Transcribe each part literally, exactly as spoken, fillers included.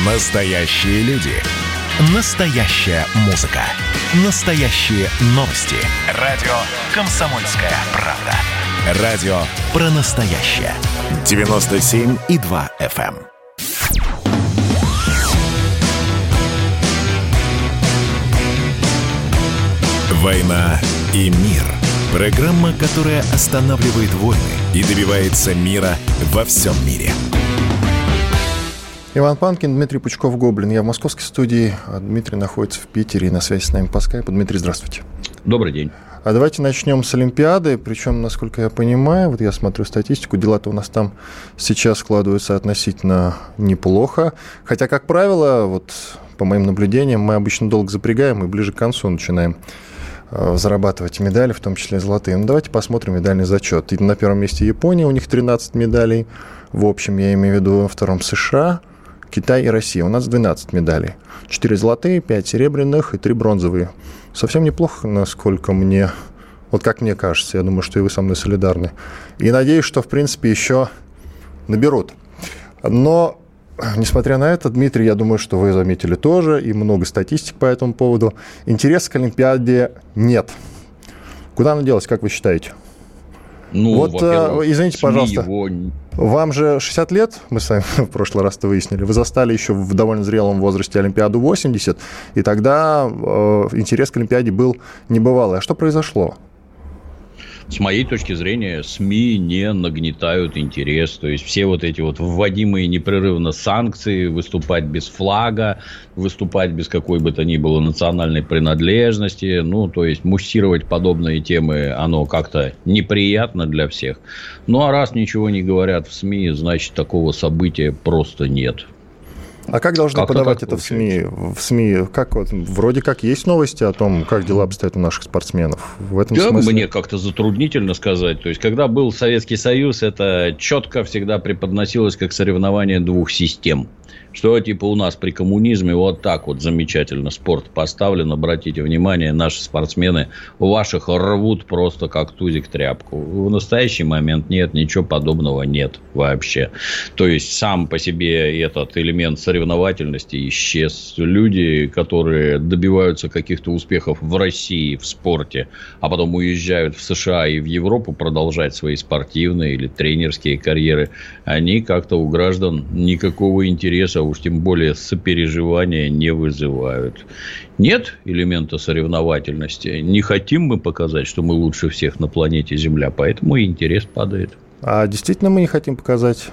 Настоящие люди. Настоящая музыка. Настоящие новости. Радио «Комсомольская правда». Радио про настоящее. девяносто семь и два эф эм. «Война и мир». Программа, которая останавливает войны и добивается мира во всем мире. Иван Панкин, Дмитрий Пучков-Гоблин. Я в московской студии, а Дмитрий находится в Питере и на связи с нами по скайпу. Дмитрий, здравствуйте. Добрый день. А давайте начнем с Олимпиады. Причем, насколько я понимаю, вот я смотрю статистику, дела-то у нас там сейчас складываются относительно неплохо. Хотя, как правило, вот по моим наблюдениям, мы обычно долго запрягаем и ближе к концу начинаем зарабатывать медали, в том числе золотые. Ну, давайте посмотрим медальный зачет. И на первом месте Япония, у них тринадцать медалей. В общем, я имею в виду, во втором США, Китай и Россия. У нас двенадцать медалей. четыре золотые, пять серебряных и три бронзовые. Совсем неплохо, насколько мне... Вот как мне кажется. Я думаю, что и вы со мной солидарны. И надеюсь, что, в принципе, еще наберут. Но, несмотря на это, Дмитрий, я думаю, что вы заметили тоже, и много статистик по этому поводу. Интереса к Олимпиаде нет. Куда она делась, как вы считаете? Ну, вот, извините, СМИ пожалуйста, его... вам же шестьдесят лет, мы с вами в прошлый раз-то выяснили, вы застали еще в довольно зрелом возрасте Олимпиаду восемьдесят, и тогда э, интерес к Олимпиаде был небывалый. А что произошло? С моей точки зрения, СМИ не нагнетают интерес. То есть, все вот эти вот вводимые непрерывно санкции, выступать без флага, выступать без какой бы то ни было национальной принадлежности, ну, то есть, муссировать подобные темы, оно как-то неприятно для всех. Ну, а раз ничего не говорят в СМИ, значит, такого события просто нет. А как должны как подавать это в СМИ? В СМИ как вот, вроде как есть новости о том, как дела обстоят у наших спортсменов. В этом да, смысле... мне как-то затруднительно сказать. То есть, когда был Советский Союз, это четко всегда преподносилось как соревнование двух систем. Что, типа, у нас при коммунизме вот так вот замечательно спорт поставлен. Обратите внимание, наши спортсмены ваших рвут просто как тузик тряпку. В настоящий момент нет, ничего подобного нет вообще. То есть, сам по себе этот элемент соревновательности исчез. Люди, которые добиваются каких-то успехов в России в спорте, а потом уезжают в США и в Европу продолжать свои спортивные или тренерские карьеры, они как-то у граждан никакого интереса, уж тем более сопереживания, не вызывают. Нет элемента соревновательности. Не хотим мы показать, что мы лучше всех на планете Земля, поэтому и интерес падает. А действительно мы не хотим показать?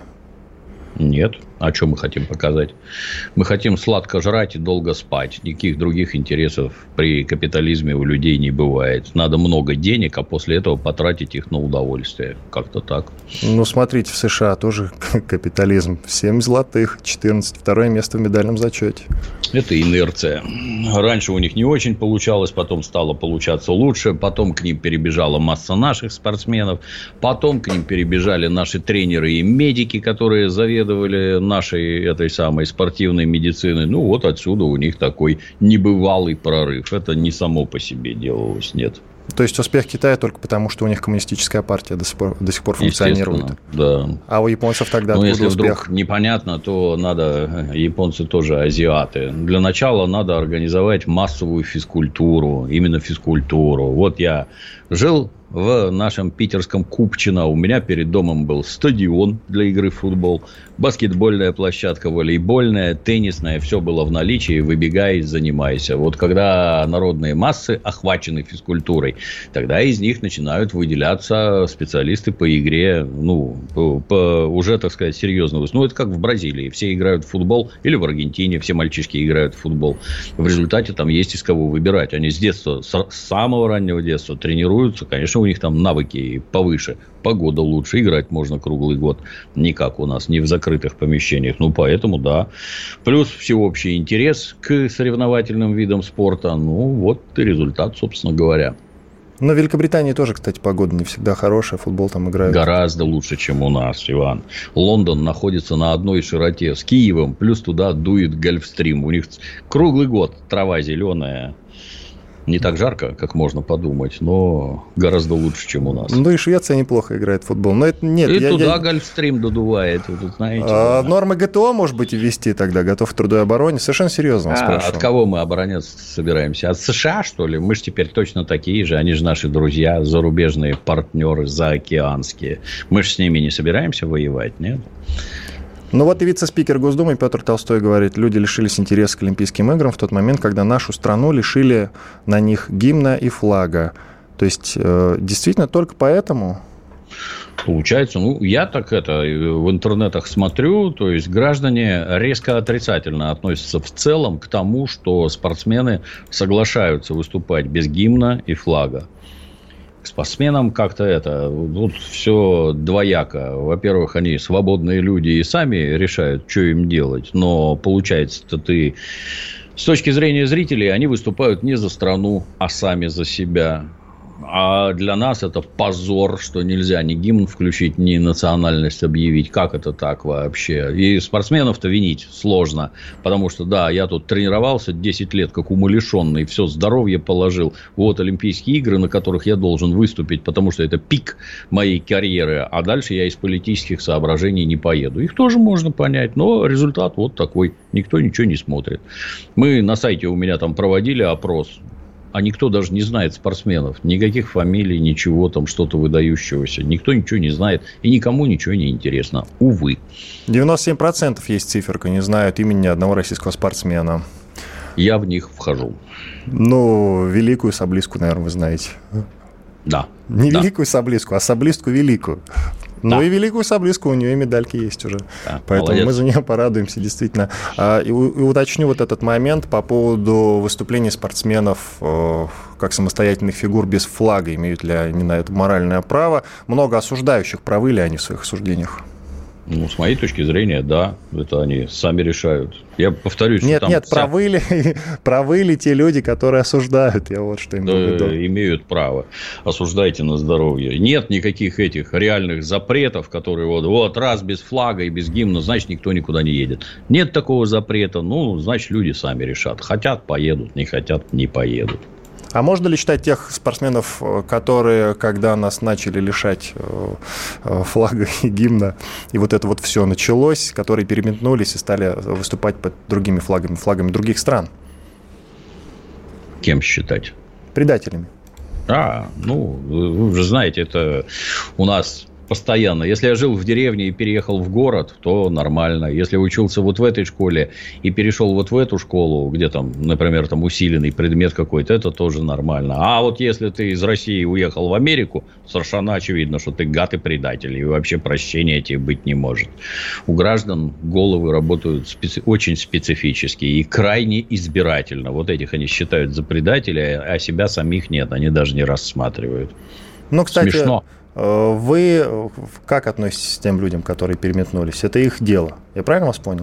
Нет. А что мы хотим показать? Мы хотим сладко жрать и долго спать. Никаких других интересов при капитализме у людей не бывает. Надо много денег, а после этого потратить их на удовольствие. Как-то так. Ну, смотрите, в США тоже капитализм. семь золотых, четырнадцать. Второе место в медальном зачете. Это инерция. Раньше у них не очень получалось, потом стало получаться лучше. Потом к ним перебежала масса наших спортсменов. Потом к ним перебежали наши тренеры и медики, которые заведовали нашей этой самой спортивной медицины. Ну, вот отсюда у них такой небывалый прорыв. Это не само по себе делалось, нет. То есть, успех Китая только потому, что у них коммунистическая партия до сих пор, до сих пор функционирует. Да. А у японцев тогда откуда успех? Если вдруг непонятно, то надо... Японцы тоже азиаты. Для начала надо организовать массовую физкультуру. Именно физкультуру. Вот я жил в нашем питерском Купчино. У меня перед домом был стадион для игры в футбол, баскетбольная площадка, волейбольная, теннисная. Все было в наличии. Выбегай, занимайся. Вот когда народные массы охвачены физкультурой, тогда из них начинают выделяться специалисты по игре, ну, по, по уже, так сказать, серьезно. Ну, это как в Бразилии. Все играют в футбол, или в Аргентине все мальчишки играют в футбол. В результате там есть из кого выбирать. Они с детства, с самого раннего детства тренируются. Конечно, у них там навыки повыше, погода лучше, играть можно круглый год. Не как у нас, не в закрытых помещениях. Ну, поэтому, да. Плюс всеобщий интерес к соревновательным видам спорта. Ну, вот и результат, собственно говоря. Но в Великобритании тоже, кстати, погода не всегда хорошая, футбол там играют. Гораздо лучше, чем у нас, Иван. Лондон находится на одной широте с Киевом, плюс туда дует Гольфстрим. У них круглый год трава зеленая. Не так жарко, как можно подумать, но гораздо лучше, чем у нас. Ну и Швеция неплохо играет в футбол. Но это нет. И я, туда я... Гольфстрим додувает, вы тут знаете. А, да. Нормы ГТО, может быть, ввести тогда, готов к труду и обороне? Совершенно серьезно вас а, спрашиваю. От кого мы обороняться собираемся? От США, что ли? Мы же теперь точно такие же. Они же наши друзья, зарубежные партнеры, заокеанские. Мы же с ними не собираемся воевать, нет? Ну вот и вице-спикер Госдумы Петр Толстой говорит, люди лишились интереса к Олимпийским играм в тот момент, когда нашу страну лишили на них гимна и флага. То есть, э, действительно, только поэтому... Получается, ну, я так это в интернетах смотрю, то есть граждане резко отрицательно относятся в целом к тому, что спортсмены соглашаются выступать без гимна и флага. К спортсменам как-то это, тут все двояко. Во-первых, они свободные люди и сами решают, что им делать. Но получается-то ты... С точки зрения зрителей, они выступают не за страну, а сами за себя. А для нас это позор, что нельзя ни гимн включить, ни национальность объявить. Как это так вообще? И спортсменов-то винить сложно. Потому что, да, я тут тренировался десять лет, как умалишенный, все здоровье положил. Вот Олимпийские игры, на которых я должен выступить, потому что это пик моей карьеры. А дальше я из политических соображений не поеду. Их тоже можно понять. Но результат вот такой. Никто ничего не смотрит. Мы на сайте у меня там проводили опрос. А никто даже не знает спортсменов. Никаких фамилий, ничего там, что-то выдающегося. Никто ничего не знает. И никому ничего не интересно. Увы. девяносто семь процентов есть циферка, не знают имени ни одного российского спортсмена. Я в них вхожу. Ну, великую саблистку, наверное, вы знаете. Да. Не да. великую саблистку, а саблистку великую. Ну да. и великую саблистку, у нее и медальки есть уже. Да, поэтому молодец. мы за нее порадуемся, действительно. И, и уточню вот этот момент по поводу выступлений спортсменов как самостоятельных фигур без флага. Имеют ли они на это моральное право? Много осуждающих, правы ли они в своих осуждениях? Ну, с моей точки зрения, да, это они сами решают. Я повторюсь, нет, что там нет, вся... правы ли, правы ли те люди, которые осуждают? Я вот что имею в виду. Да, имеют право. Осуждайте на здоровье. Нет никаких этих реальных запретов, которые вот, вот раз без флага и без гимна, значит, никто никуда не едет. Нет такого запрета, ну, значит, люди сами решат. Хотят – поедут, не хотят – не поедут. А можно ли считать тех спортсменов, которые, когда нас начали лишать флага и гимна, и вот это вот все началось, которые переметнулись и стали выступать под другими флагами, флагами других стран? Кем считать? Предателями. А, ну, вы же знаете, это у нас... Постоянно. Если я жил в деревне и переехал в город, то нормально. Если учился вот в этой школе и перешел вот в эту школу, где там, например, там усиленный предмет какой-то, это тоже нормально. А вот если ты из России уехал в Америку, совершенно очевидно, что ты гад и предатель, и вообще прощения тебе быть не может. У граждан головы работают специ... очень специфически и крайне избирательно. Вот этих они считают за предателей, а себя самих нет, они даже не рассматривают. Ну, кстати, смешно. Вы как относитесь к тем людям, которые переметнулись? Это их дело. Я правильно вас понял?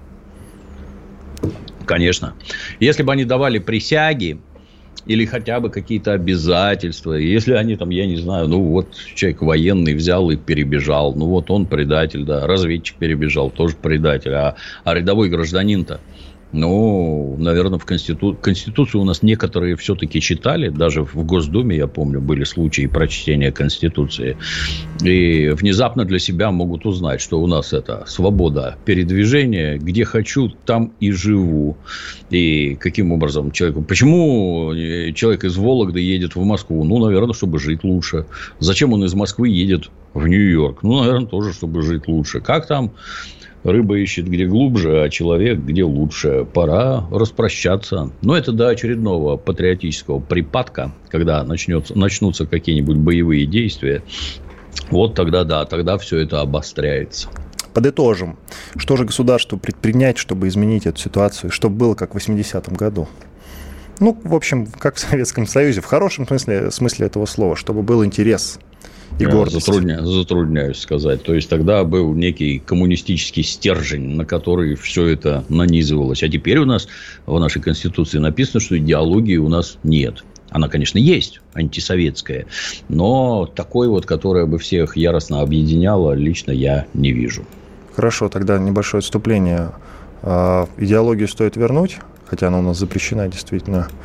Конечно. Если бы они давали присяги или хотя бы какие-то обязательства, если они там, я не знаю, ну вот человек военный взял и перебежал, ну вот он предатель, да, разведчик перебежал, тоже предатель, а, а рядовой гражданин-то, ну, наверное, в Конститу... Конституцию у нас некоторые все-таки читали. Даже в Госдуме, я помню, были случаи прочтения Конституции. И внезапно для себя могут узнать, что у нас это свобода передвижения. Где хочу, там и живу. И каким образом человеку... Почему человек из Вологды едет в Москву? Ну, наверное, чтобы жить лучше. Зачем он из Москвы едет в Нью-Йорк? Ну, наверное, тоже, чтобы жить лучше. Как там... Рыба ищет где глубже, а человек где лучше. Пора распрощаться. Но это до очередного патриотического припадка, когда начнется, начнутся какие-нибудь боевые действия. Вот тогда, да, тогда все это обостряется. Подытожим. Что же государству предпринять, чтобы изменить эту ситуацию, чтобы было как в восьмидесятом году? Ну, в общем, как в Советском Союзе, в хорошем смысле, смысле этого слова, чтобы был интерес и гордость. Затрудня, затрудняюсь сказать. То есть, тогда был некий коммунистический стержень, на который все это нанизывалось. А теперь у нас в нашей Конституции написано, что идеологии у нас нет. Она, конечно, есть, антисоветская. Но такой вот, которая бы всех яростно объединяла, лично я не вижу. Хорошо, тогда небольшое отступление. Идеологию стоит вернуть, хотя она у нас запрещена, действительно.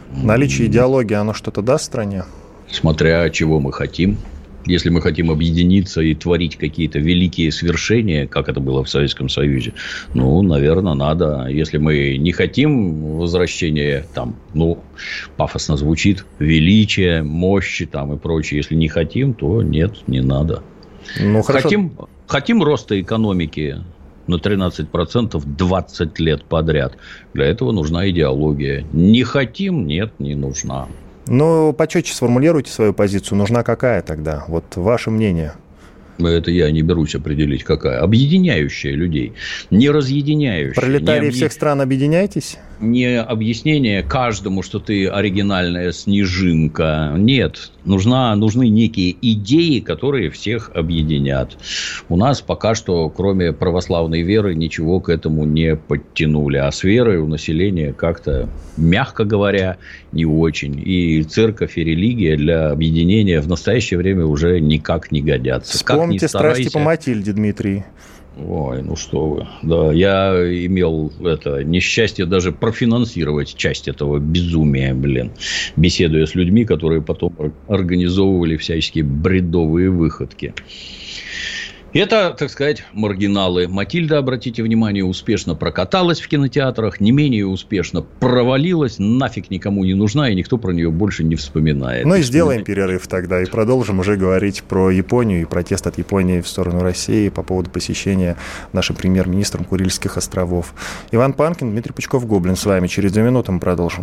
Наличие идеологии, оно что-то даст стране? Смотря чего мы хотим. Если мы хотим объединиться и творить какие-то великие свершения, как это было в Советском Союзе, ну, наверное, надо. Если мы не хотим возвращения, там, ну, пафосно звучит, величия, мощи там и прочее. Если не хотим, то нет, не надо. Ну, хотим, хотим роста экономики на тринадцать процентов двадцать лет подряд. Для этого нужна идеология. Не хотим, нет, не нужна. Ну, почетче сформулируйте свою позицию. Нужна какая тогда? Вот ваше мнение. Это я не берусь определить, какая. Объединяющая людей, не разъединяющая. Пролетарии не объ... всех стран, объединяйтесь? Не объяснение каждому, что ты оригинальная снежинка. Нет. Нужна, нужны некие идеи, которые всех объединят. У нас пока что, кроме православной веры, ничего к этому не подтянули. А с верой у населения как-то, мягко говоря, не очень. И церковь, и религия для объединения в настоящее время уже никак не годятся. Вспомните страсти по Матильде, Дмитрий. Ой, ну что вы. Да, я имел это несчастье даже профинансировать часть этого безумия, блин, беседуя с людьми, которые потом организовывали всяческие бредовые выходки. Это, так сказать, маргиналы. Матильда, обратите внимание, успешно прокаталась в кинотеатрах, не менее успешно провалилась, нафиг никому не нужна, и никто про нее больше не вспоминает. Ну и сделаем перерыв тогда, и продолжим уже говорить про Японию и протест от Японии в сторону России по поводу посещения нашим премьер-министром Курильских островов. Иван Панкин, Дмитрий Пучков-Гоблин с вами. Через две минуты мы продолжим.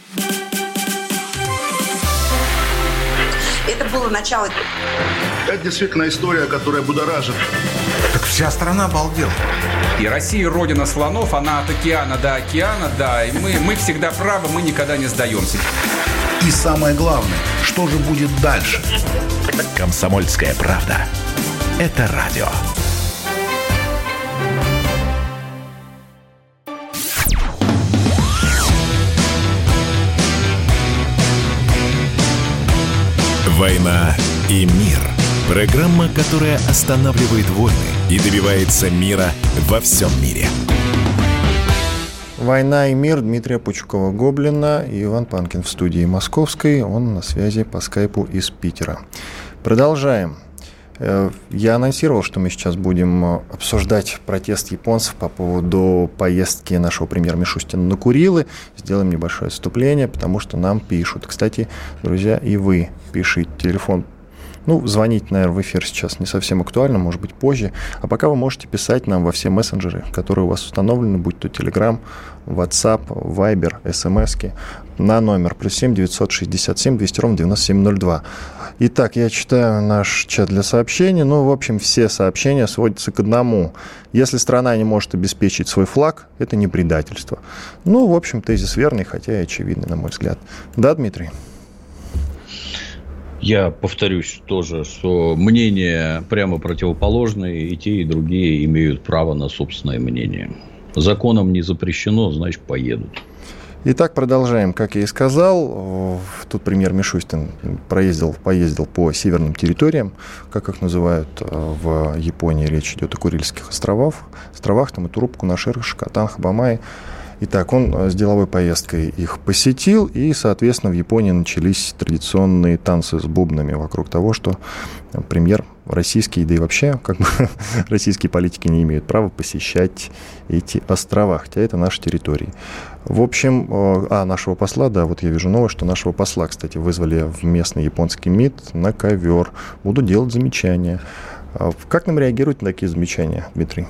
Это было начало. Это действительно история, которая будоражит. Так вся страна обалдела. И Россия родина слонов, она от океана до океана, да. И мы, мы всегда правы, мы никогда не сдаемся. И самое главное, что же будет дальше? «Комсомольская правда». Это радио. «Война и мир». Программа, которая останавливает войны и добивается мира во всем мире. «Война и мир» Дмитрия Пучкова-Гоблина и Иван Панкин в студии московской. Он на связи по скайпу из Питера. Продолжаем. Я анонсировал, что мы сейчас будем обсуждать протест японцев по поводу поездки нашего премьера Мишустина на Курилы. Сделаем небольшое отступление, потому что нам пишут. Кстати, друзья, и вы пишите. Телефон, ну, звонить, наверное, в эфир сейчас не совсем актуально, может быть, позже. А пока вы можете писать нам во все мессенджеры, которые у вас установлены, будь то Telegram, WhatsApp, Viber, смски, на номер плюс семь девятьсот шестьдесят семь двести ровно девяносто семь ноль два. Итак, я читаю наш чат для сообщений. Ну, в общем, все сообщения сводятся к одному. Если страна не может обеспечить свой флаг, это не предательство. Ну, в общем, тезис верный, хотя и очевидный, на мой взгляд. Да, Дмитрий? Я повторюсь тоже, что мнения прямо противоположные, и те, и другие имеют право на собственное мнение. Законом не запрещено, значит, поедут. Итак, продолжаем. Как я и сказал, тут премьер Мишустин проездил, поездил по северным территориям, как их называют в Японии. Речь идет о Курильских островах, островах там и Турупку, Ношир, Шикотан, Хабамай. Итак, он с деловой поездкой их посетил, и, соответственно, в Японии начались традиционные танцы с бубнами вокруг того, что премьер российский, да и вообще, как бы, российские политики не имеют права посещать эти острова, хотя это наши территории. В общем, а, нашего посла, да, вот я вижу новость, что нашего посла, кстати, вызвали в местный японский МИД на ковер. Буду делать замечания. Как нам реагировать на такие замечания, Дмитрий?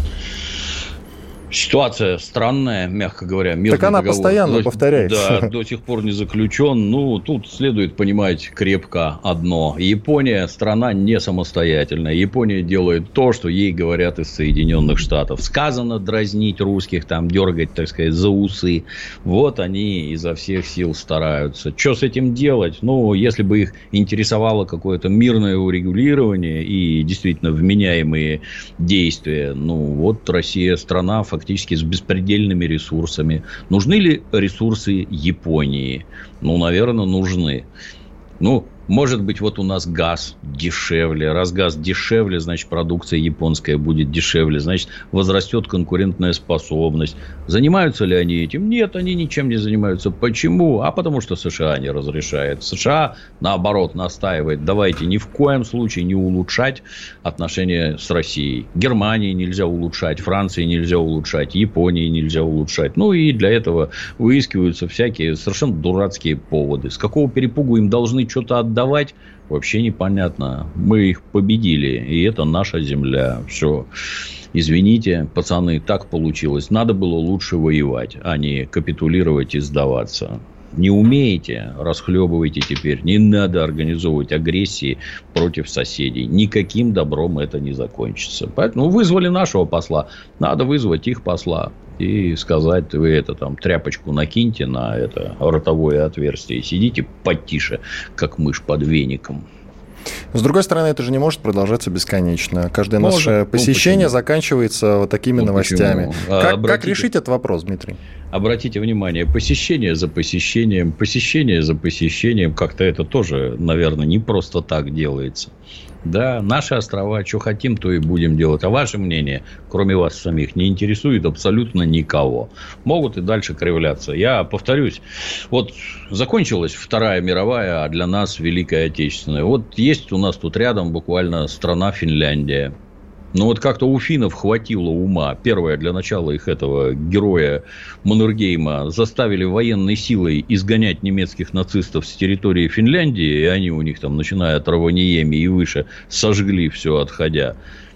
Ситуация странная, мягко говоря. Мирный так она договор, постоянно до, повторяется. Да, до сих пор не заключен. Ну, тут следует понимать крепко одно. Япония страна не самостоятельная. Япония делает то, что ей говорят из Соединенных Штатов. Сказано дразнить русских, там, дергать, так сказать, за усы. Вот они изо всех сил стараются. Что с этим делать? Ну, если бы их интересовало какое-то мирное урегулирование и действительно вменяемые действия, ну, вот Россия страна фактически фактически с беспредельными ресурсами. Нужны ли ресурсы Японии? Ну, наверное, нужны. Ну, Может быть, вот у нас газ дешевле. Раз газ дешевле, значит, продукция японская будет дешевле. Значит, возрастет конкурентная способность. Занимаются ли они этим? Нет, они ничем не занимаются. Почему? А потому что США не разрешает. США, наоборот, настаивает. Давайте ни в коем случае не улучшать отношения с Россией. Германии нельзя улучшать. Франции нельзя улучшать. Японии нельзя улучшать. Ну, и для этого выискиваются всякие совершенно дурацкие поводы. С какого перепугу им должны что-то отдавать, вообще непонятно. Мы их победили, и это наша земля. Все. Извините, пацаны, так получилось. Надо было лучше воевать, а не капитулировать и сдаваться. Не умеете, расхлебывайте теперь. Не надо организовывать агрессии против соседей. Никаким добром это не закончится. Поэтому вызвали нашего посла. Надо вызвать их посла. И сказать, вы это там тряпочку накиньте на это ротовое отверстие. И сидите потише, как мышь под веником. С другой стороны, это же не может продолжаться бесконечно. Каждое может. Наше посещение ну, заканчивается вот такими ну, новостями. Как, Обратите... как решить этот вопрос, Дмитрий? Обратите внимание, посещение за посещением, посещение за посещением. Как-то это тоже, наверное, не просто так делается. Да, наши острова, что хотим, то и будем делать. А ваше мнение, кроме вас самих, не интересует абсолютно никого. Могут и дальше кривляться. Я повторюсь, вот закончилась Вторая мировая, а для нас Великая Отечественная. Вот есть у нас тут рядом буквально страна Финляндия. Но вот как-то у финнов хватило ума. Первое, для начала их этого героя Маннергейма заставили военной силой изгонять немецких нацистов с территории Финляндии. И они у них там, начиная от Раваньеми и выше, сожгли все, отходя.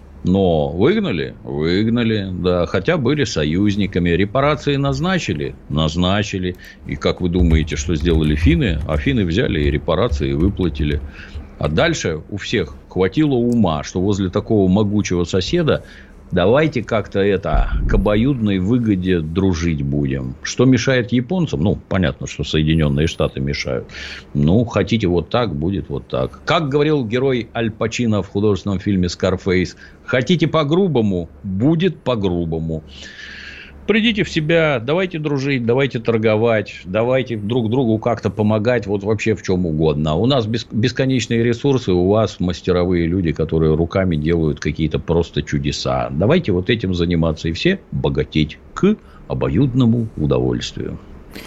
Но выгнали? Выгнали, да. Хотя были союзниками. Репарации назначили? Назначили. И как вы думаете, что сделали финны? А финны взяли и репарации выплатили. А дальше у всех хватило ума, что возле такого могучего соседа давайте как-то это к обоюдной выгоде дружить будем. Что мешает японцам? Ну, понятно, что Соединенные Штаты мешают. Ну, хотите вот так, будет вот так. Как говорил герой Аль Пачино в художественном фильме «Скарфейс», хотите по-грубому, будет по-грубому. Придите в себя, давайте дружить, давайте торговать, давайте друг другу как-то помогать, вот вообще в чем угодно. У нас бесконечные ресурсы, у вас мастеровые люди, которые руками делают какие-то просто чудеса. Давайте вот этим заниматься и все богатеть к обоюдному удовольствию.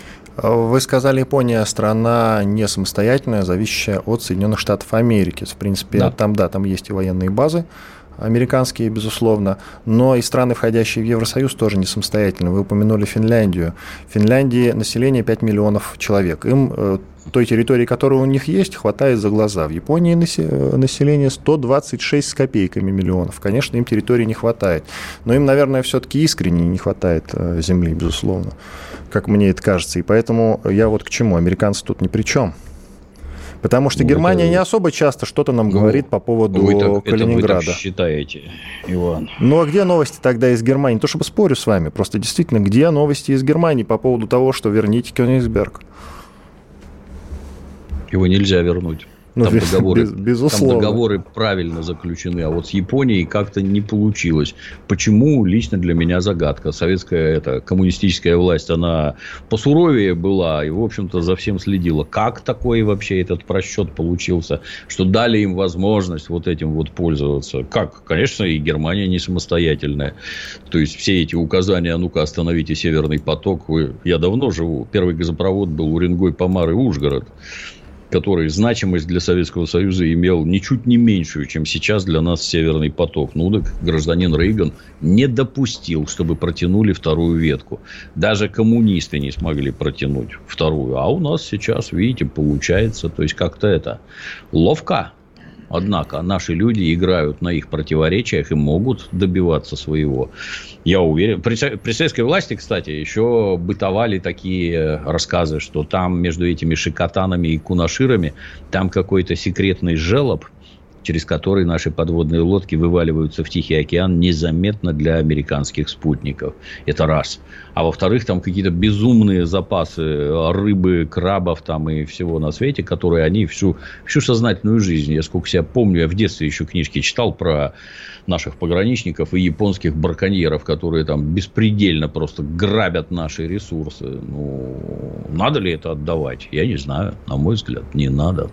Вы сказали, Япония страна не самостоятельная, зависящая от Соединенных Штатов Америки. В принципе, да. Там, да, там есть и военные базы американские, безусловно, но и страны, входящие в Евросоюз, тоже не самостоятельны. Вы упомянули Финляндию. В Финляндии население пять миллионов человек. Им той территории, которая у них есть, хватает за глаза. В Японии население сто двадцать шесть с копейками миллионов. Конечно, им территории не хватает. Но им, наверное, все-таки искренне не хватает земли, безусловно, как мне это кажется. И поэтому я вот к чему. Американцы тут ни при чем. Потому что ну, Германия это... не особо часто что-то нам ну, говорит по поводу вы так, Калининграда. Это вы так считаете, Иван. Ну, а где новости тогда из Германии? Не то чтобы спорю с вами, просто действительно, где новости из Германии по поводу того, что верните Кёнигсберг? Его нельзя вернуть. Ну, там, без, договоры, без, безусловно. Там договоры правильно заключены, а вот с Японией как-то не получилось. Почему, лично для меня загадка. Советская это, коммунистическая власть, она посуровее была и, в общем-то, за всем следила. Как такой вообще этот просчет получился, что дали им возможность вот этим вот пользоваться? Как? Конечно, и Германия не самостоятельная. То есть, все эти указания, а ну-ка, остановите Северный поток. Вы... Я давно живу. Первый газопровод был Уренгой, Помар и Ужгород, который значимость для Советского Союза имел ничуть не меньшую, чем сейчас для нас Северный поток. Ну, так гражданин Рейган не допустил, чтобы протянули вторую ветку. Даже коммунисты не смогли протянуть вторую. А у нас сейчас, видите, получается. То есть, как-то это ловко. Однако, наши люди играют на их противоречиях и могут добиваться своего. Я уверен. При, при советской власти, кстати, еще бытовали такие рассказы, что там между этими шикотанами и кунаширами там какой-то секретный желоб, через который наши подводные лодки вываливаются в Тихий океан незаметно для американских спутников. Это раз. А во-вторых, там какие-то безумные запасы рыбы, крабов там и всего на свете, которые они всю, всю сознательную жизнь, я сколько себя помню, я в детстве еще книжки читал про наших пограничников и японских браконьеров, которые там беспредельно просто грабят наши ресурсы. Ну, надо ли это отдавать? Я не знаю. На мой взгляд, не надо.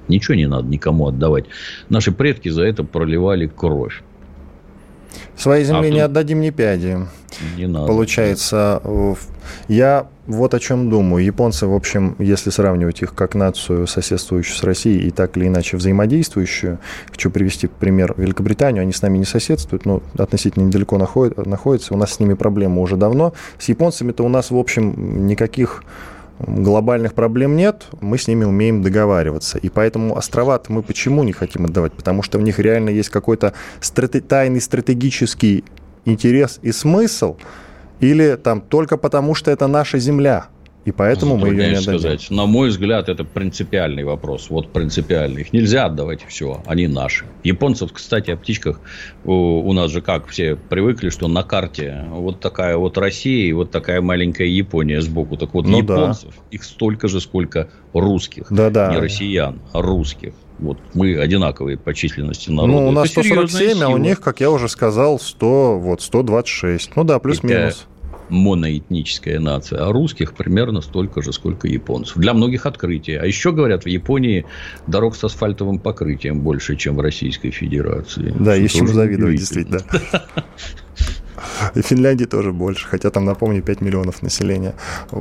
Ничего не надо никому отдавать. Наши предки за это проливали кровь. Своей земле а не тут... отдадим ни пяди. Не надо. Получается, я вот о чем думаю. Японцы, в общем, если сравнивать их как нацию, соседствующую с Россией и так или иначе взаимодействующую, хочу привести пример Великобританию, они с нами не соседствуют, но относительно недалеко находятся, у нас с ними проблемы уже давно. С японцами-то у нас, в общем, никаких глобальных проблем нет, мы с ними умеем договариваться. И поэтому острова-то мы почему не хотим отдавать? Потому что в них реально есть какой-то страте- тайный стратегический интерес и смысл, или там только потому, что это наша земля, и поэтому мы ее не отдадим. Сказать. На мой взгляд, это принципиальный вопрос. Вот принципиальный. Их нельзя отдавать все, они наши. Японцев, кстати, о птичках у, у нас же как все привыкли, что на карте вот такая вот Россия и вот такая маленькая Япония сбоку. Так вот, ну, японцев, да. Их столько же, сколько русских. Да-да. Не россиян, а русских. Вот мы одинаковые по численности народа. Ну, у нас сто сорок семь, а у них, как я уже сказал, сто, вот, сто двадцать шесть. Ну да, плюс-минус. Моноэтническая нация, а русских примерно столько же, сколько японцев. Для многих открытие. А еще, говорят, в Японии дорог с асфальтовым покрытием больше, чем в Российской Федерации. Да, есть чему завидовать, действительно. И в Финляндии тоже больше, хотя там, напомню, пять миллионов населения.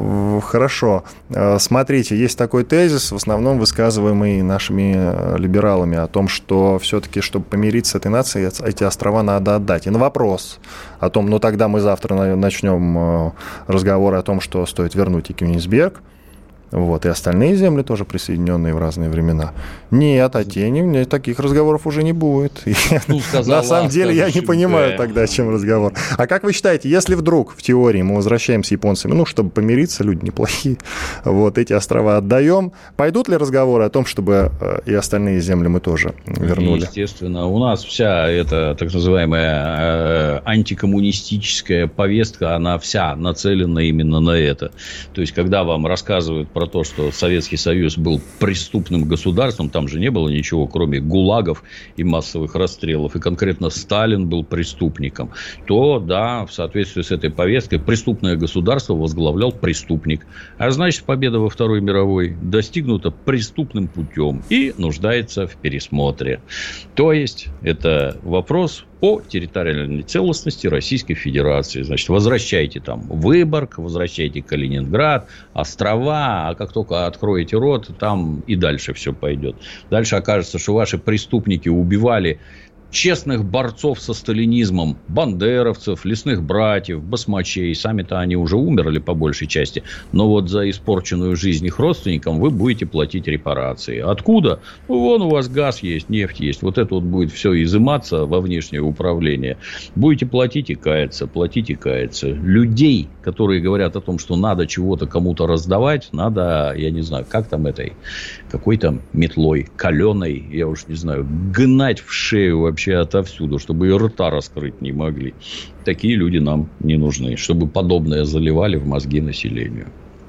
Хорошо. Смотрите, есть такой тезис, в основном высказываемый нашими либералами, о том, что все-таки, чтобы помириться с этой нацией, эти острова надо отдать. И на вопрос о том, ну тогда мы завтра начнем разговоры о том, что стоит вернуть и Кёнигсберг, вот, и остальные земли тоже присоединенные в разные времена. Нет, а тени, таких разговоров уже не будет. Ну, на самом деле я не понимаю тогда, о чем разговор. А как вы считаете, если вдруг в теории мы возвращаемся с японцами, ну, чтобы помириться, люди неплохие, вот, эти острова отдаем, пойдут ли разговоры о том, чтобы и остальные земли мы тоже вернули? Естественно. У нас вся эта так называемая антикоммунистическая повестка, она вся нацелена именно на это. То есть, когда вам рассказывают про то, что Советский Союз был преступным государством, там же не было ничего, кроме гулагов и массовых расстрелов, и конкретно Сталин был преступником, то, да, в соответствии с этой повесткой, преступное государство возглавлял преступник. А значит, победа во Второй мировой достигнута преступным путем и нуждается в пересмотре. То есть, это вопрос о территориальной целостности Российской Федерации. Значит, возвращайте там Выборг, возвращайте Калининград, острова, а как только откроете рот, там и дальше все пойдет. Дальше окажется, что ваши преступники убивали честных борцов со сталинизмом, бандеровцев, лесных братьев, басмачей. Сами-то они уже умерли по большей части. Но вот за испорченную жизнь их родственникам вы будете платить репарации. Откуда? Ну, вон у вас газ есть, нефть есть. Вот это вот будет все изыматься во внешнее управление. Будете платить и каяться, платить и каяться. Людей, которые говорят о том, что надо чего-то кому-то раздавать, надо, я не знаю, как там этой, какой-то метлой, каленой, я уж не знаю, гнать в шею вообще отовсюду, чтобы и рта раскрыть не могли. Такие люди нам не нужны, чтобы подобное заливали в мозги населению.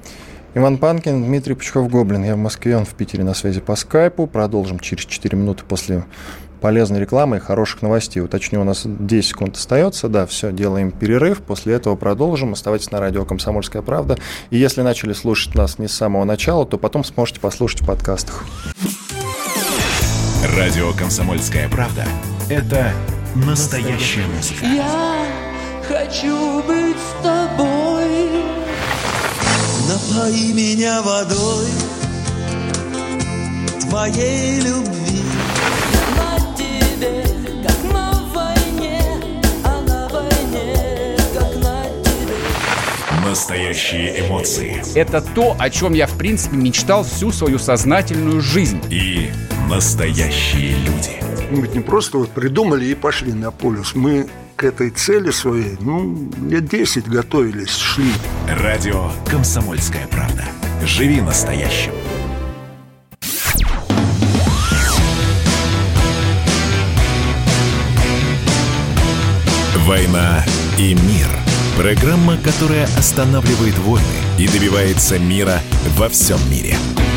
Иван Панкин, Дмитрий Пучков-Гоблин. Я в Москве, он в Питере на связи по скайпу. Продолжим через четыре минуты после полезной рекламы и хороших новостей. Уточню, у нас десять секунд остается. Да, все, делаем перерыв. После этого продолжим. Оставайтесь на радио «Комсомольская правда». И если начали слушать нас не с самого начала, то потом сможете послушать в подкастах. Радио «Комсомольская правда» — это настоящая музыка. Я хочу быть с тобой. Напои меня водой твоей любви. На тебе, как на войне, а на войне, как на тебе. Настоящие эмоции. Это то, о чем я, в принципе, мечтал всю свою сознательную жизнь. И настоящие люди. Мы ведь не просто вот придумали и пошли на полюс. Мы к этой цели своей, ну, лет десять готовились, шли. Радио «Комсомольская правда». Живи настоящим. «Война и мир». Программа, которая останавливает войны и добивается мира во всем мире.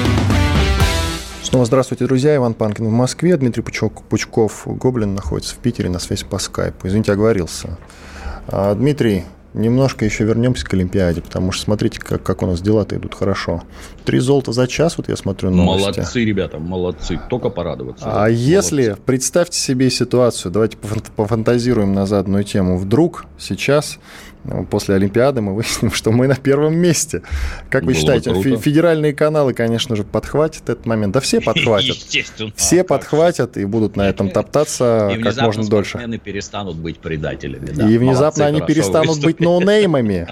Снова здравствуйте, друзья. Иван Панкин в Москве. Дмитрий Пучков-Гоблин находится в Питере на связи по скайпу. Извините, оговорился. Дмитрий, немножко еще вернемся к Олимпиаде, потому что смотрите, как, как у нас дела-то идут хорошо. Три золота за час, вот я смотрю новости. Молодцы, ребята, молодцы. Только порадоваться. А молодцы. Если, представьте себе ситуацию, давайте пофантазируем на заданную тему. Вдруг сейчас, после Олимпиады, мы выясним, что мы на первом месте. Как вы Было считаете, фе- федеральные каналы, конечно же, подхватят этот момент? Да все подхватят. Естественно. Все а подхватят и будут на этом топтаться как можно дольше. И внезапно перестанут быть предателями. Да. И внезапно Молодцы, они перестанут выступили. быть ноунеймами.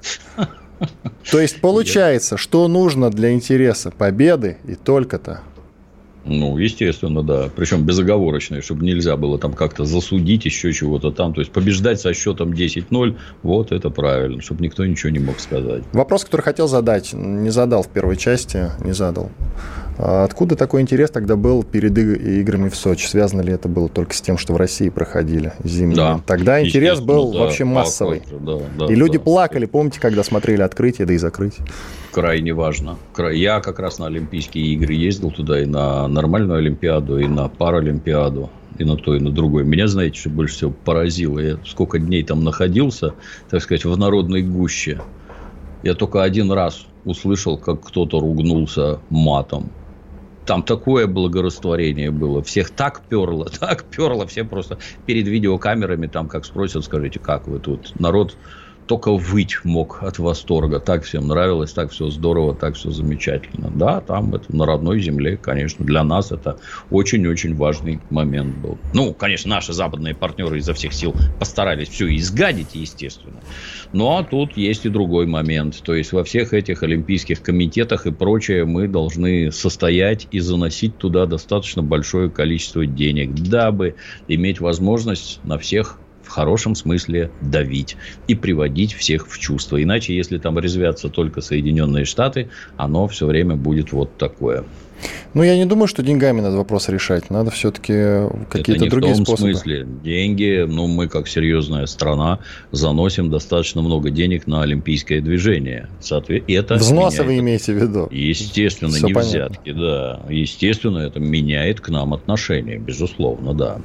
То есть получается, что нужно для интереса победы и только-то. Ну, естественно, да. Причем безоговорочные, чтобы нельзя было там как-то засудить еще чего-то там. То есть побеждать со счетом десять ноль, вот это правильно, чтобы никто ничего не мог сказать. Вопрос, который хотел задать, не задал в первой части, не задал. Откуда такой интерес тогда был перед играми в Сочи? Связано ли это было только с тем, что в России проходили зимние? Да, тогда интерес был да, вообще массовый. Да, да, и люди да, плакали, да. Помните, когда смотрели открытие, да и закрытие? Крайне важно. Я как раз на Олимпийские игры ездил туда и на нормальную Олимпиаду, и на Паралимпиаду, и на то, и на другое. Меня, знаете, что больше всего поразило? Я сколько дней там находился, так сказать, в народной гуще. Я только один раз услышал, как кто-то ругнулся матом. Там такое благорастворение было. Всех так перло, так перло. Все просто перед видеокамерами там, как спросят, скажите, как вы тут? Народ только выть мог от восторга. Так всем нравилось, так все здорово, так все замечательно. Да, там это на родной земле, конечно, для нас это очень-очень важный момент был. Ну, конечно, наши западные партнеры изо всех сил постарались все изгадить, естественно. Но тут есть и другой момент. То есть, во всех этих олимпийских комитетах и прочее мы должны состоять и заносить туда достаточно большое количество денег, дабы иметь возможность на всех в хорошем смысле давить и приводить всех в чувство. Иначе, если там резвятся только Соединенные Штаты, оно все время будет вот такое. Ну, я не думаю, что деньгами надо вопрос решать. Надо все-таки какие-то другие способы. В том смысле. Деньги, ну, мы как серьезная страна заносим достаточно много денег на олимпийское движение. Соответственно, это взносы меняет... вы имеете в виду? Естественно, все не понятно. Взятки, да. Естественно, это меняет к нам отношение, безусловно, да.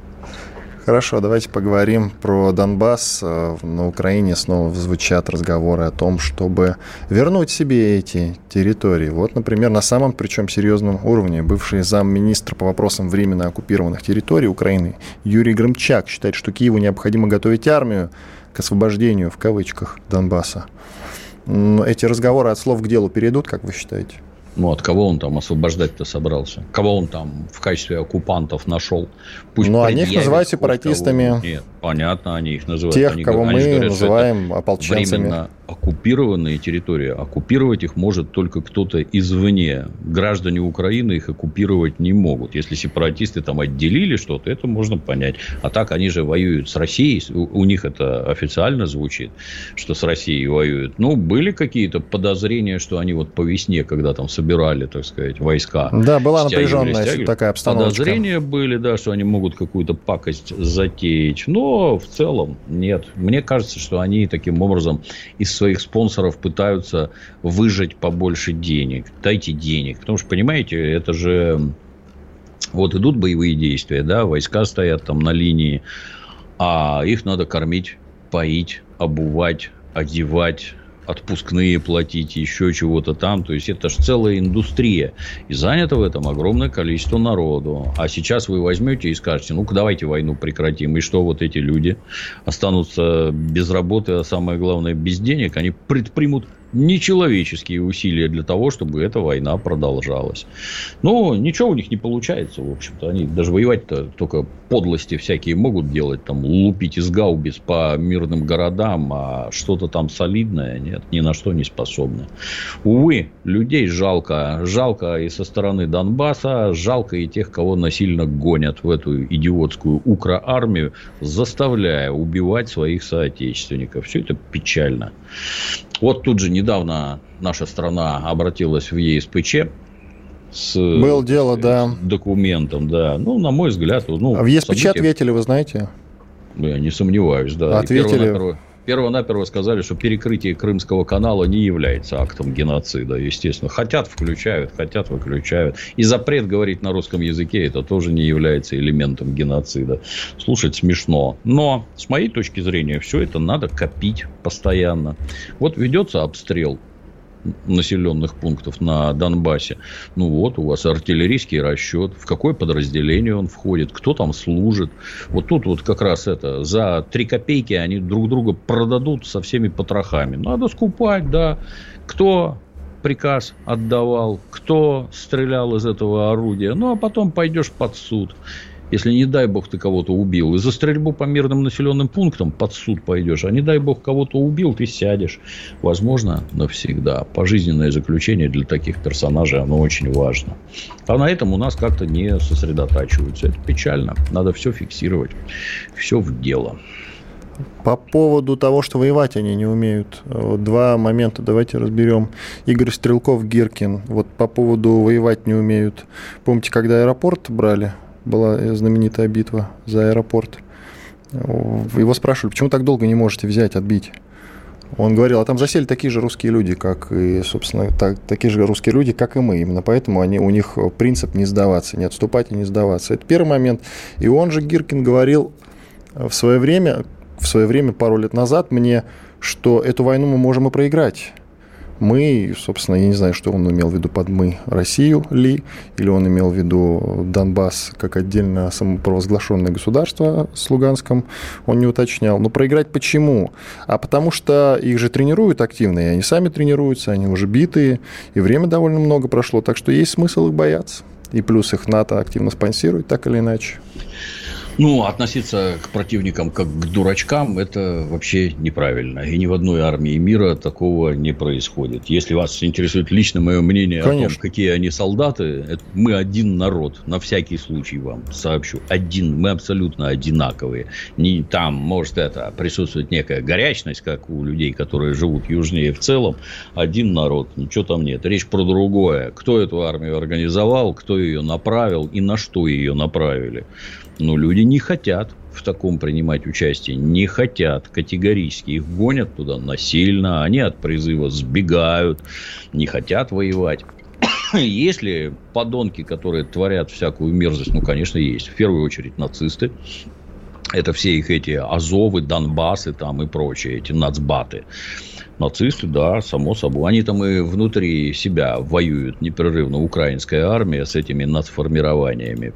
Хорошо, давайте поговорим про Донбасс. На Украине снова звучат разговоры о том, чтобы вернуть себе эти территории. Вот, например, на самом, причем серьезном уровне, бывший замминистра по вопросам временно оккупированных территорий Украины Юрий Грымчак считает, что Киеву необходимо готовить армию к освобождению, в кавычках, Донбасса. Эти разговоры от слов к делу перейдут, как вы считаете? Ну, от кого он там освобождать-то собрался? Кого он там в качестве оккупантов нашел? Пусть ну, они их называют сепаратистами. Нет, понятно, они их называют. Тех, они, кого они мы говорят, называем ополченцами. Временно оккупированные территории. Оккупировать их может только кто-то извне. Граждане Украины их оккупировать не могут. Если сепаратисты там отделили что-то, это можно понять. А так они же воюют с Россией. У них это официально звучит, что с Россией воюют. Ну, были какие-то подозрения, что они вот по весне, когда там собирали, так сказать, войска. Да, была напряженная такая обстановка. Подозрения были, да, что они могут какую-то пакость затеять. Но в целом нет. Мне кажется, что они таким образом из своих спонсоров пытаются выжать побольше денег. Дайте денег. Потому что, понимаете, это же... Вот идут боевые действия, да, войска стоят там на линии, а их надо кормить, поить, обувать, одевать, отпускные платить, еще чего-то там. То есть, это же целая индустрия. И занято в этом огромное количество народу. А сейчас вы возьмете и скажете, ну-ка, давайте войну прекратим. И что, вот эти люди останутся без работы, а самое главное, без денег. Они предпримут нечеловеческие усилия для того, чтобы эта война продолжалась. Но ничего у них не получается, в общем-то. Они даже воевать-то только подлости всякие могут делать. Там лупить из гаубиц по мирным городам, а что-то там солидное, нет, ни на что не способны. Увы, людей жалко. Жалко и со стороны Донбасса, жалко и тех, кого насильно гонят в эту идиотскую укроармию, заставляя убивать своих соотечественников. Все это печально. Вот тут же недавно наша страна обратилась в Е С П Ч с, Было дело, с да. документом, да. Ну, на мой взгляд... Ну, а в Е С П Ч события... ответили, вы знаете? Я не сомневаюсь, да. Ответили перво-наперво сказали, что перекрытие Крымского канала не является актом геноцида, естественно. Хотят включают, хотят выключают. И запрет говорить на русском языке, это тоже не является элементом геноцида. Слушать смешно. Но, с моей точки зрения, все это надо копить постоянно. Вот ведется обстрел населенных пунктов на Донбассе. Ну вот, у вас артиллерийский расчет. В какое подразделение он входит? Кто там служит? Вот тут вот как раз это. За три копейки они друг друга продадут со всеми потрохами. Надо скупать, да. Кто приказ отдавал? Кто стрелял из этого орудия? Ну, а потом пойдешь под суд. Если, не дай бог, ты кого-то убил. И за стрельбу по мирным населенным пунктам под суд пойдешь. А не дай бог, кого-то убил, ты сядешь. Возможно, навсегда. Пожизненное заключение для таких персонажей, оно очень важно. А на этом у нас как-то не сосредотачиваются. Это печально. Надо все фиксировать. Все в дело. По поводу того, что воевать они не умеют. Два момента давайте разберем. Игорь Стрелков-Гиркин. Вот по поводу воевать не умеют. Помните, когда аэропорт брали? Была знаменитая битва за аэропорт. Его спрашивали, почему так долго не можете взять, отбить? Он говорил, а там засели такие же русские люди, как и, собственно, так, такие же русские люди, как и мы. Именно поэтому они, у них принцип не сдаваться, не отступать и не сдаваться. Это первый момент. И он же, Гиркин, говорил в свое время, в свое время, пару лет назад мне, что эту войну мы можем и проиграть. Мы, собственно, я не знаю, что он имел в виду под «мы» Россию ли, или он имел в виду Донбасс как отдельно самопровозглашенное государство с Луганском, он не уточнял. Но проиграть почему? А потому что их же тренируют активно, и они сами тренируются, они уже битые, и время довольно много прошло, так что есть смысл их бояться. И плюс их НАТО активно спонсирует, так или иначе. Ну, относиться к противникам как к дурачкам – это вообще неправильно. И ни в одной армии мира такого не происходит. Если вас интересует лично мое мнение Конечно. О том, какие они солдаты, это мы один народ. На всякий случай вам сообщу. Один. Мы абсолютно одинаковые. Не, там может это присутствовать некая горячность, как у людей, которые живут южнее в целом. Один народ. Ничего там нет. Речь про другое. Кто эту армию организовал, кто ее направил и на что ее направили. Но люди не хотят в таком принимать участие. Не хотят категорически. Их гонят туда насильно. Они от призыва сбегают. Не хотят воевать. Если подонки, которые творят всякую мерзость, ну, конечно, есть. В первую очередь нацисты. Это все их эти Азовы, Донбассы там и прочие, эти нацбаты. Нацисты, да, само собой. Они там и внутри себя воюют непрерывно. Украинская армия с этими нацформированиями.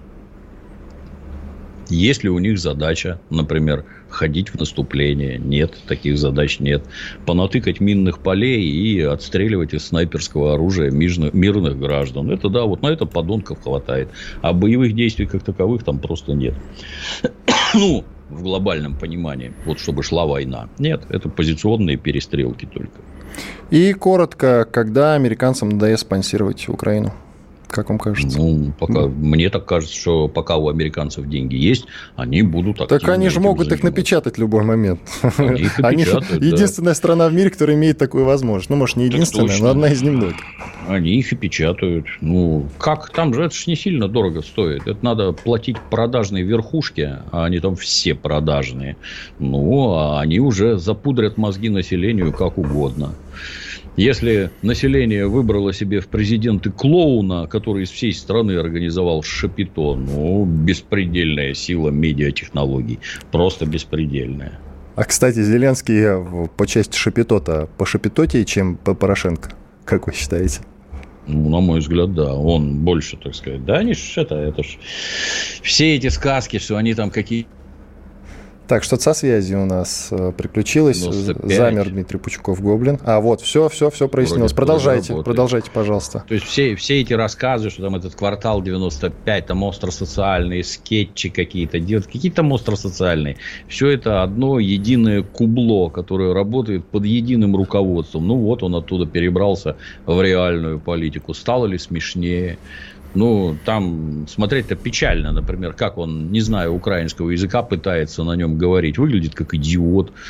Есть ли у них задача, например, ходить в наступление? Нет, таких задач нет. Понатыкать минных полей и отстреливать из снайперского оружия мирных граждан. Это да, вот на это подонков хватает. А боевых действий как таковых там просто нет. Ну, в глобальном понимании, вот чтобы шла война. Нет, это позиционные перестрелки только. И коротко, когда американцам надоест спонсировать Украину? Как вам кажется? Ну, пока, ну, мне так кажется, что пока у американцев деньги есть, они будут активно. Так они же могут их напечатать в любой момент. Они их напечатают, они единственная да. страна в мире, которая имеет такую возможность. Ну, может, не единственная, но одна из немногих. Они их и печатают. Ну, как? Там же это ж не сильно дорого стоит. Это надо платить продажной верхушке, а они там все продажные. Ну, а они уже запудрят мозги населению как угодно. Если население выбрало себе в президенты клоуна, который из всей страны организовал шапито, ну, беспредельная сила медиатехнологий. Просто беспредельная. А, кстати, Зеленский по части шапито-то пошапитотее, чем по Порошенко, как вы считаете? Ну, на мой взгляд, да. Он больше, так сказать. Да, они ж это, это ж... Все эти сказки, что они там какие-то... Так, что-то со связью у нас приключилось. Замер Дмитрий Пучков-Гоблин. А вот, все, все, все прояснилось. Вроде продолжайте, продолжайте, пожалуйста. То есть, все, все эти рассказы, что там этот квартал девяносто пять, там остросоциальные скетчи какие-то, делают какие-то там остросоциальные. Все это одно единое кубло, которое работает под единым руководством. Ну, вот он оттуда перебрался в реальную политику. Стало ли смешнее? Ну, там смотреть-то печально, например, как он, не зная украинского языка, пытается на нем говорить. Выглядит как идиот.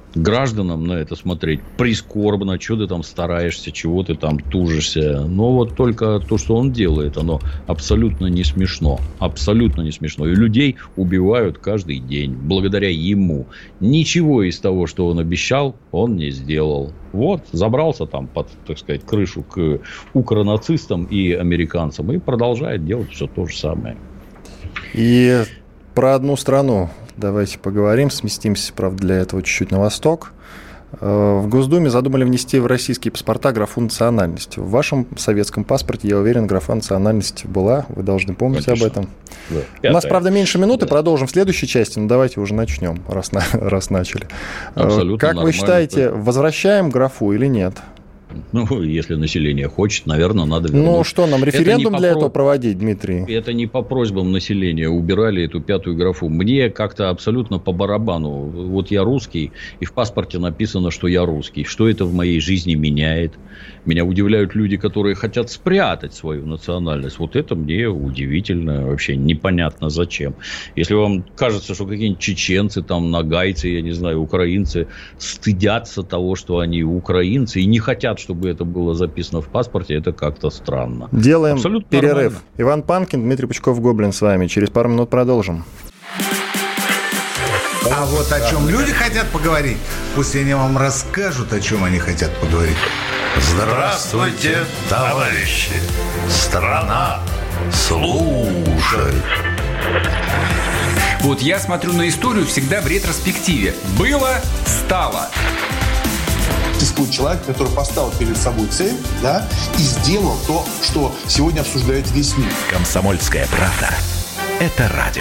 гражданам на это смотреть прискорбно, что ты там стараешься, чего ты там тужишься. Но вот только то, что он делает, оно абсолютно не смешно. Абсолютно не смешно. И людей убивают каждый день благодаря ему. Ничего из того, что он обещал, он не сделал. Вот, забрался там под, так сказать, крышу к укронацистам и американцам и продолжает делать все то же самое. И про одну страну давайте поговорим. Сместимся, правда, для этого чуть-чуть на восток. В Госдуме задумали внести в российские паспорта графу национальности. В вашем советском паспорте, я уверен, графа национальности была. Вы должны помнить Конечно. об этом. Да. У нас, правда, меньше минуты. Да. Продолжим в следующей части. Но давайте уже начнем, раз, на, раз начали. Абсолютно как нормально. Вы считаете, возвращаем графу или нет? Ну, если население хочет, наверное, надо вернуть. Ну, что нам, референдум для про... этого проводить, Дмитрий? Это не по просьбам населения убирали эту пятую графу. Мне как-то абсолютно по барабану. Вот я русский, и в паспорте написано, что я русский. Что это в моей жизни меняет? Меня удивляют люди, которые хотят спрятать свою национальность. Вот это мне удивительно. Вообще непонятно зачем. Если вам кажется, что какие-нибудь чеченцы, там, нагайцы, я не знаю, украинцы стыдятся того, что они украинцы, и не хотят, чтобы это было записано в паспорте, это как-то странно. Делаем Абсолютно перерыв. Нормально. Иван Панкин, Дмитрий Пучков-Гоблин с вами. Через пару минут продолжим. А вот о чем люди хотят поговорить, пусть они вам расскажут, о чем они хотят поговорить. Здравствуйте, товарищи! Страна слушает! Вот я смотрю на историю всегда в ретроспективе. Было, стало. Существует человек, который поставил перед собой цель, да, и сделал то, что сегодня обсуждает весь мир. «Комсомольская правда» — это радио.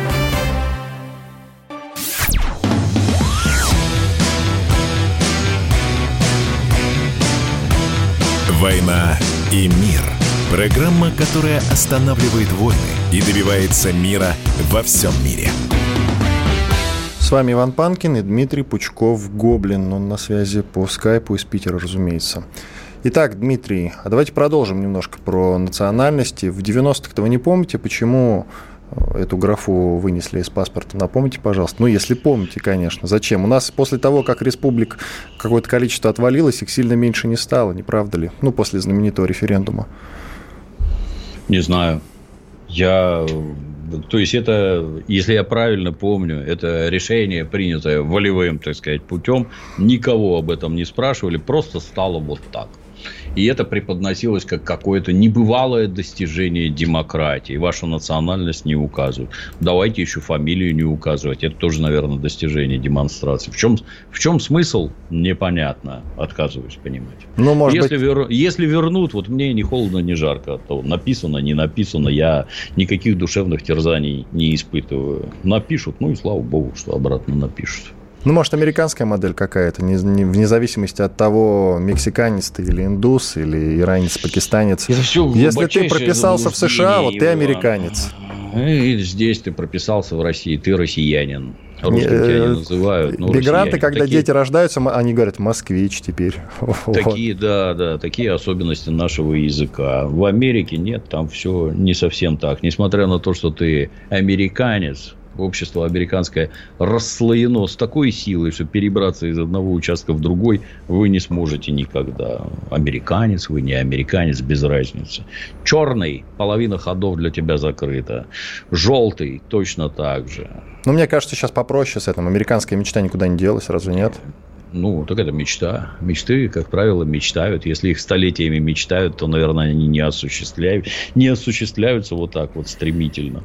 «Война и мир» – программа, которая останавливает войны и добивается мира во всем мире. С вами Иван Панкин и Дмитрий Пучков-Гоблин. Он на связи по скайпу из Питера, разумеется. Итак, Дмитрий, а давайте продолжим немножко про национальности. В девяностых-то вы не помните, почему эту графу вынесли из паспорта? Напомните, пожалуйста. Ну, если помните, конечно. Зачем? У нас после того, как республик какое-то количество отвалилось, их сильно меньше не стало, не правда ли? Ну, после знаменитого референдума. Не знаю. Я... То есть, это, если я правильно помню, это решение, принятое волевым, так сказать, путем. Никого об этом не спрашивали, просто стало вот так. И это преподносилось как какое-то небывалое достижение демократии. Вашу национальность не указывают. Давайте еще фамилию не указывать. Это тоже, наверное, достижение демонстрации. В чем, в чем смысл? Непонятно. Отказываюсь понимать. Ну, может если, быть... вер... если вернут, вот мне ни холодно, ни жарко. То написано, не написано. Я никаких душевных терзаний не испытываю. Напишут, ну и слава богу, что обратно напишут. Ну, может, американская модель какая-то, не, не, вне зависимости от того, мексиканец ты или индус, или иранец, пакистанец. Если ты прописался в США, вот ты американец. И здесь ты прописался в России, ты россиянин. Русским тебя не называют. Ну, мигранты, когда такие... дети рождаются, они говорят «москвич» теперь. Такие, да, да, такие особенности нашего языка. В Америке нет, там все не совсем так. Несмотря на то, что ты американец, общество американское расслоено с такой силой, что перебраться из одного участка в другой вы не сможете никогда. Американец вы, не американец, без разницы. Черный, половина ходов для тебя закрыта. Желтый, точно так же. Ну, мне кажется, сейчас попроще с этим. Американская мечта никуда не делась, разве нет? Ну, так это мечта. Мечты, как правило, мечтают. Если их столетиями мечтают, то, наверное, они не осуществляют, не осуществляются вот так вот стремительно.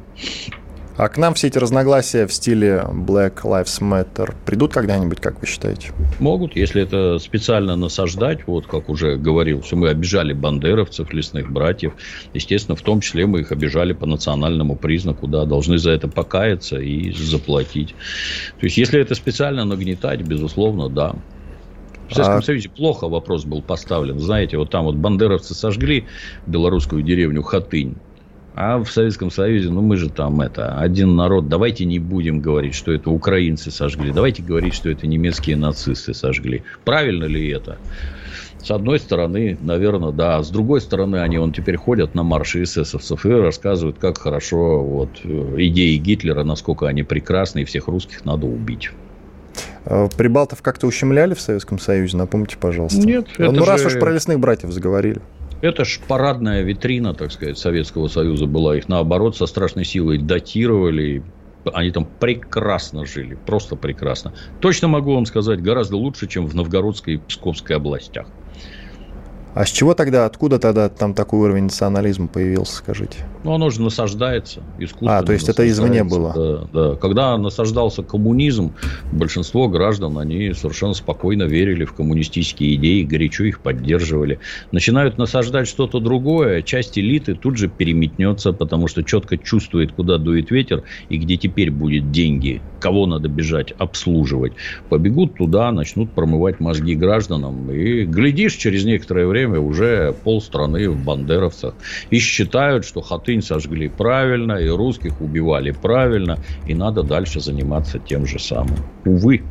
А к нам все эти разногласия в стиле Black Lives Matter придут когда-нибудь, как вы считаете? Могут, если это специально насаждать. Вот, как уже говорил, что мы обижали бандеровцев, лесных братьев. Естественно, в том числе мы их обижали по национальному признаку. Да, должны за это покаяться и заплатить. То есть, если это специально нагнетать, безусловно, да. В Советском а... Союзе плохо вопрос был поставлен. Знаете, вот там вот бандеровцы сожгли белорусскую деревню Хатынь. А в Советском Союзе, ну, мы же там это, один народ. Давайте не будем говорить, что это украинцы сожгли. Давайте говорить, что это немецкие нацисты сожгли. Правильно ли это? С одной стороны, наверное, да. А с другой стороны, они вон теперь ходят на марши эсэсовцев и рассказывают, как хорошо вот, идеи Гитлера, насколько они прекрасны, и всех русских надо убить. Прибалтов как-то ущемляли в Советском Союзе, напомните, пожалуйста. Нет, это Ну, раз же... уж про лесных братьев заговорили. Это ж парадная витрина, так сказать, Советского Союза была. Их, наоборот, со страшной силой датировали. Они там прекрасно жили, просто прекрасно. Точно могу вам сказать, гораздо лучше, чем в Новгородской и Псковской областях. А с чего тогда, откуда тогда там такой уровень национализма появился, скажите? Ну, оно же насаждается искусственно. А, то есть это извне было? Да, да. Когда насаждался коммунизм, большинство граждан, они совершенно спокойно верили в коммунистические идеи, горячо их поддерживали. Начинают насаждать что-то другое, часть элиты тут же переметнется, потому что четко чувствует, куда дует ветер и где теперь будет деньги, кого надо бежать обслуживать. Побегут туда, начнут промывать мозги гражданам, и, глядишь, через некоторое время уже полстраны в бандеровцах. И считают, что Хатынь сожгли правильно, и русских убивали правильно, и надо дальше заниматься тем же самым. Увы.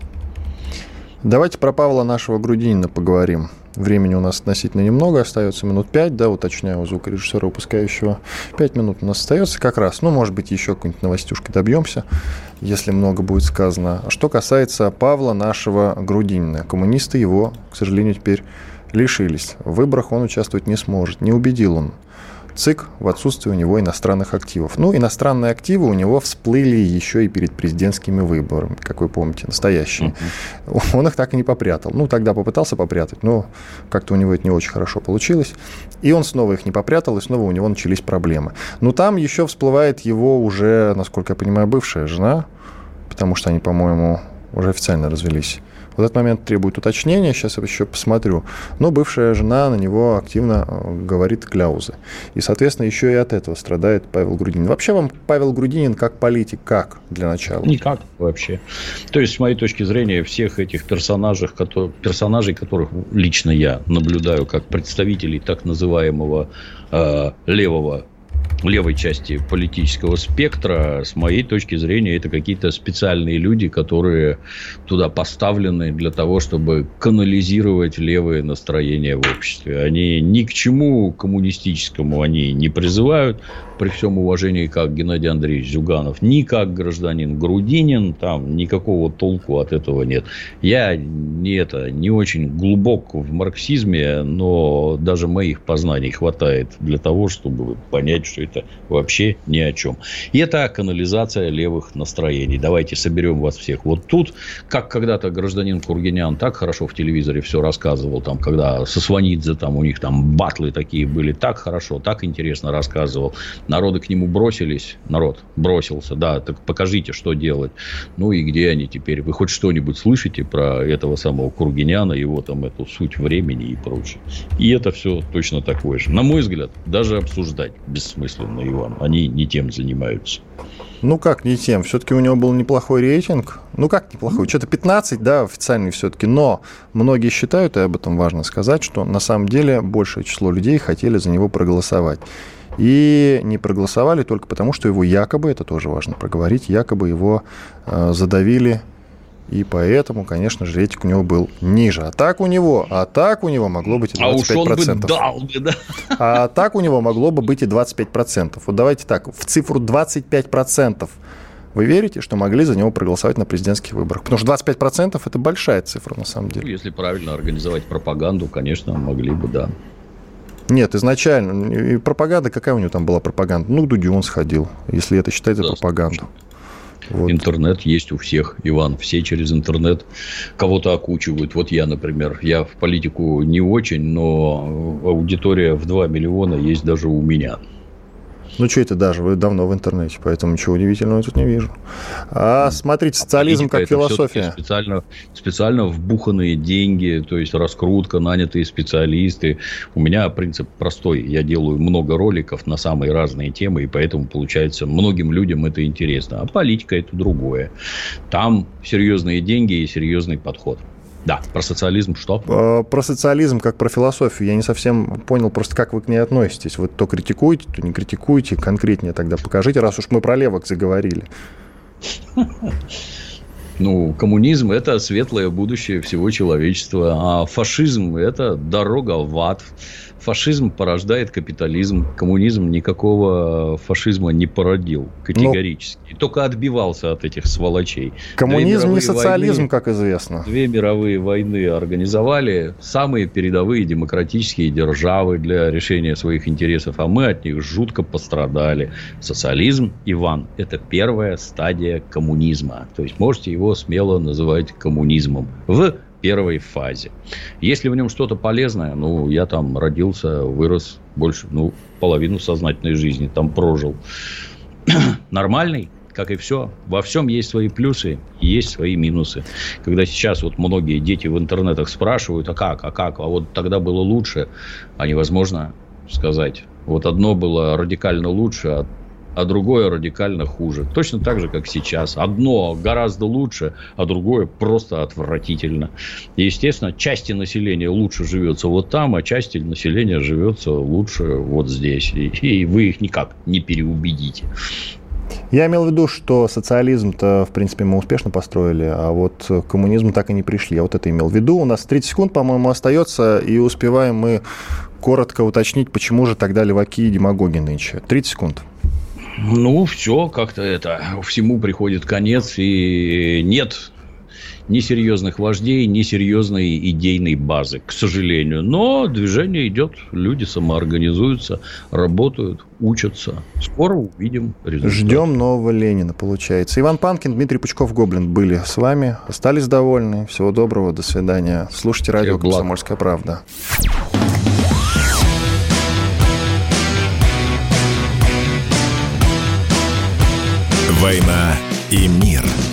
Давайте про Павла нашего Грудинина поговорим. Времени у нас относительно немного, остается минут пять, да, уточняю у звукорежиссера выпускающего. Пять минут у нас остается как раз. Ну, может быть, еще какой-нибудь новостюшкой добьемся, если много будет сказано. Что касается Павла нашего Грудинина, коммунисты его, к сожалению, теперь лишились. В выборах он участвовать не сможет. Не убедил он ЦИК в отсутствии у него иностранных активов. Ну, иностранные активы у него всплыли еще и перед президентскими выборами, как вы помните, настоящие. Uh-huh. Он их так и не попрятал. Ну, тогда попытался попрятать, но как-то у него это не очень хорошо получилось. И он снова их не попрятал, и снова у него начались проблемы. Но там еще всплывает его уже, насколько я понимаю, бывшая жена, потому что они, по-моему, уже официально развелись. В этот момент требует уточнения, сейчас я еще посмотрю. Но бывшая жена на него активно говорит кляузы. И, соответственно, еще и от этого страдает Павел Грудинин. Вообще вам Павел Грудинин как политик, как для начала? Никак вообще. То есть, с моей точки зрения, всех этих персонажей, которые, персонажей, которых лично я наблюдаю как представителей так называемого э, левого левой части политического спектра, с моей точки зрения, это какие-то специальные люди, которые туда поставлены для того, чтобы канализировать левые настроения в обществе. Они ни к чему коммунистическому они не призывают, при всем уважении, как Геннадий Андреевич Зюганов, ни как гражданин Грудинин, там никакого толку от этого нет. Я не, это, не очень глубок в марксизме, но даже моих познаний хватает для того, чтобы понять, что это вообще ни о чем. И это канализация левых настроений. Давайте соберем вас всех вот тут. Как когда-то гражданин Кургинян так хорошо в телевизоре все рассказывал, там, когда со Сванидзе там, у них там батлы такие были, так хорошо, так интересно рассказывал. Народы к нему бросились, народ бросился, да, так покажите, что делать. Ну и где они теперь? Вы хоть что-нибудь слышите про этого самого Кургиняна, его там эту суть времени и прочее? И это все точно такое же. На мой взгляд, даже обсуждать бессмысленно, Иван. Они не тем занимаются. Ну, как не тем? Все-таки у него был неплохой рейтинг. Ну, как неплохой? Что-то пятнадцать, да, официальный все-таки. Но многие считают, и об этом важно сказать, что на самом деле большее число людей хотели за него проголосовать. И не проголосовали только потому, что его якобы, это тоже важно проговорить, якобы его э, задавили. И поэтому, конечно же, рейтинг у него был ниже. А так у него, а так у него могло быть и двадцать пять процентов. А уж он бы дал бы, да. А так у него могло бы быть и двадцать пять процентов. Вот давайте так, в цифру двадцать пять процентов вы верите, что могли за него проголосовать на президентских выборах? Потому что двадцать пять процентов это большая цифра на самом деле. Если правильно организовать пропаганду, конечно, могли бы, да. Нет, изначально. И пропаганда, какая у него там была пропаганда? Ну, Дудю сходил, если это считать за да, пропаганду. Вот. Интернет есть у всех, Иван. Все через интернет кого-то окучивают. Вот я, например. Я в политику не очень, но аудитория в два миллиона есть даже у меня. Ну, что это даже? Вы давно в интернете, поэтому ничего удивительного я тут не вижу. А смотрите, социализм а как философия. Специально, специально вбуханные деньги, то есть раскрутка, нанятые специалисты. У меня принцип простой. Я делаю много роликов на самые разные темы, и поэтому, получается, многим людям это интересно. А политика – это другое. Там серьезные деньги и серьезный подход. Да, про социализм что? Про социализм как про философию. Я не совсем понял просто, как вы к ней относитесь. Вы то критикуете, то не критикуете. Конкретнее тогда покажите, раз уж мы про левок заговорили. Ну, коммунизм – это светлое будущее всего человечества, а фашизм – это дорога в ад. Фашизм порождает капитализм. Коммунизм никакого фашизма не породил категорически. Но... Только отбивался от этих сволочей. Коммунизм не социализм, войны, как известно. Две мировые войны организовали самые передовые демократические державы для решения своих интересов, а мы от них жутко пострадали. Социализм, Иван, это первая стадия коммунизма. То есть, можете его смело называть коммунизмом. В первой фазе. Если в нем что-то полезное, ну, я там родился, вырос больше, ну, половину сознательной жизни там прожил. Нормальный, как и все. Во всем есть свои плюсы и есть свои минусы. Когда сейчас вот многие дети в интернетах спрашивают, а как, а как, а вот тогда было лучше, а невозможно сказать. Вот одно было радикально лучше, а а другое радикально хуже. Точно так же, как сейчас. Одно гораздо лучше, а другое просто отвратительно. И, естественно, части населения лучше живется вот там, а части населения живется лучше вот здесь. И, и вы их никак не переубедите. Я имел в виду, что социализм-то, в принципе, мы успешно построили, а вот к коммунизму так и не пришли. Я вот это имел в виду. У нас тридцать секунд, по-моему, остается, и успеваем мы коротко уточнить, почему же тогда леваки и демагоги нынче. тридцать секунд. Ну, все, как-то это, всему приходит конец, и нет ни серьезных вождей, ни серьезной идейной базы, к сожалению. Но движение идет, люди самоорганизуются, работают, учатся. Скоро увидим результат. Ждем нового Ленина, получается. Иван Панкин, Дмитрий Пучков-Гоблин были с вами. Остались довольны. Всего доброго, до свидания. Слушайте радио «Комсомольская правда». «Война и мир».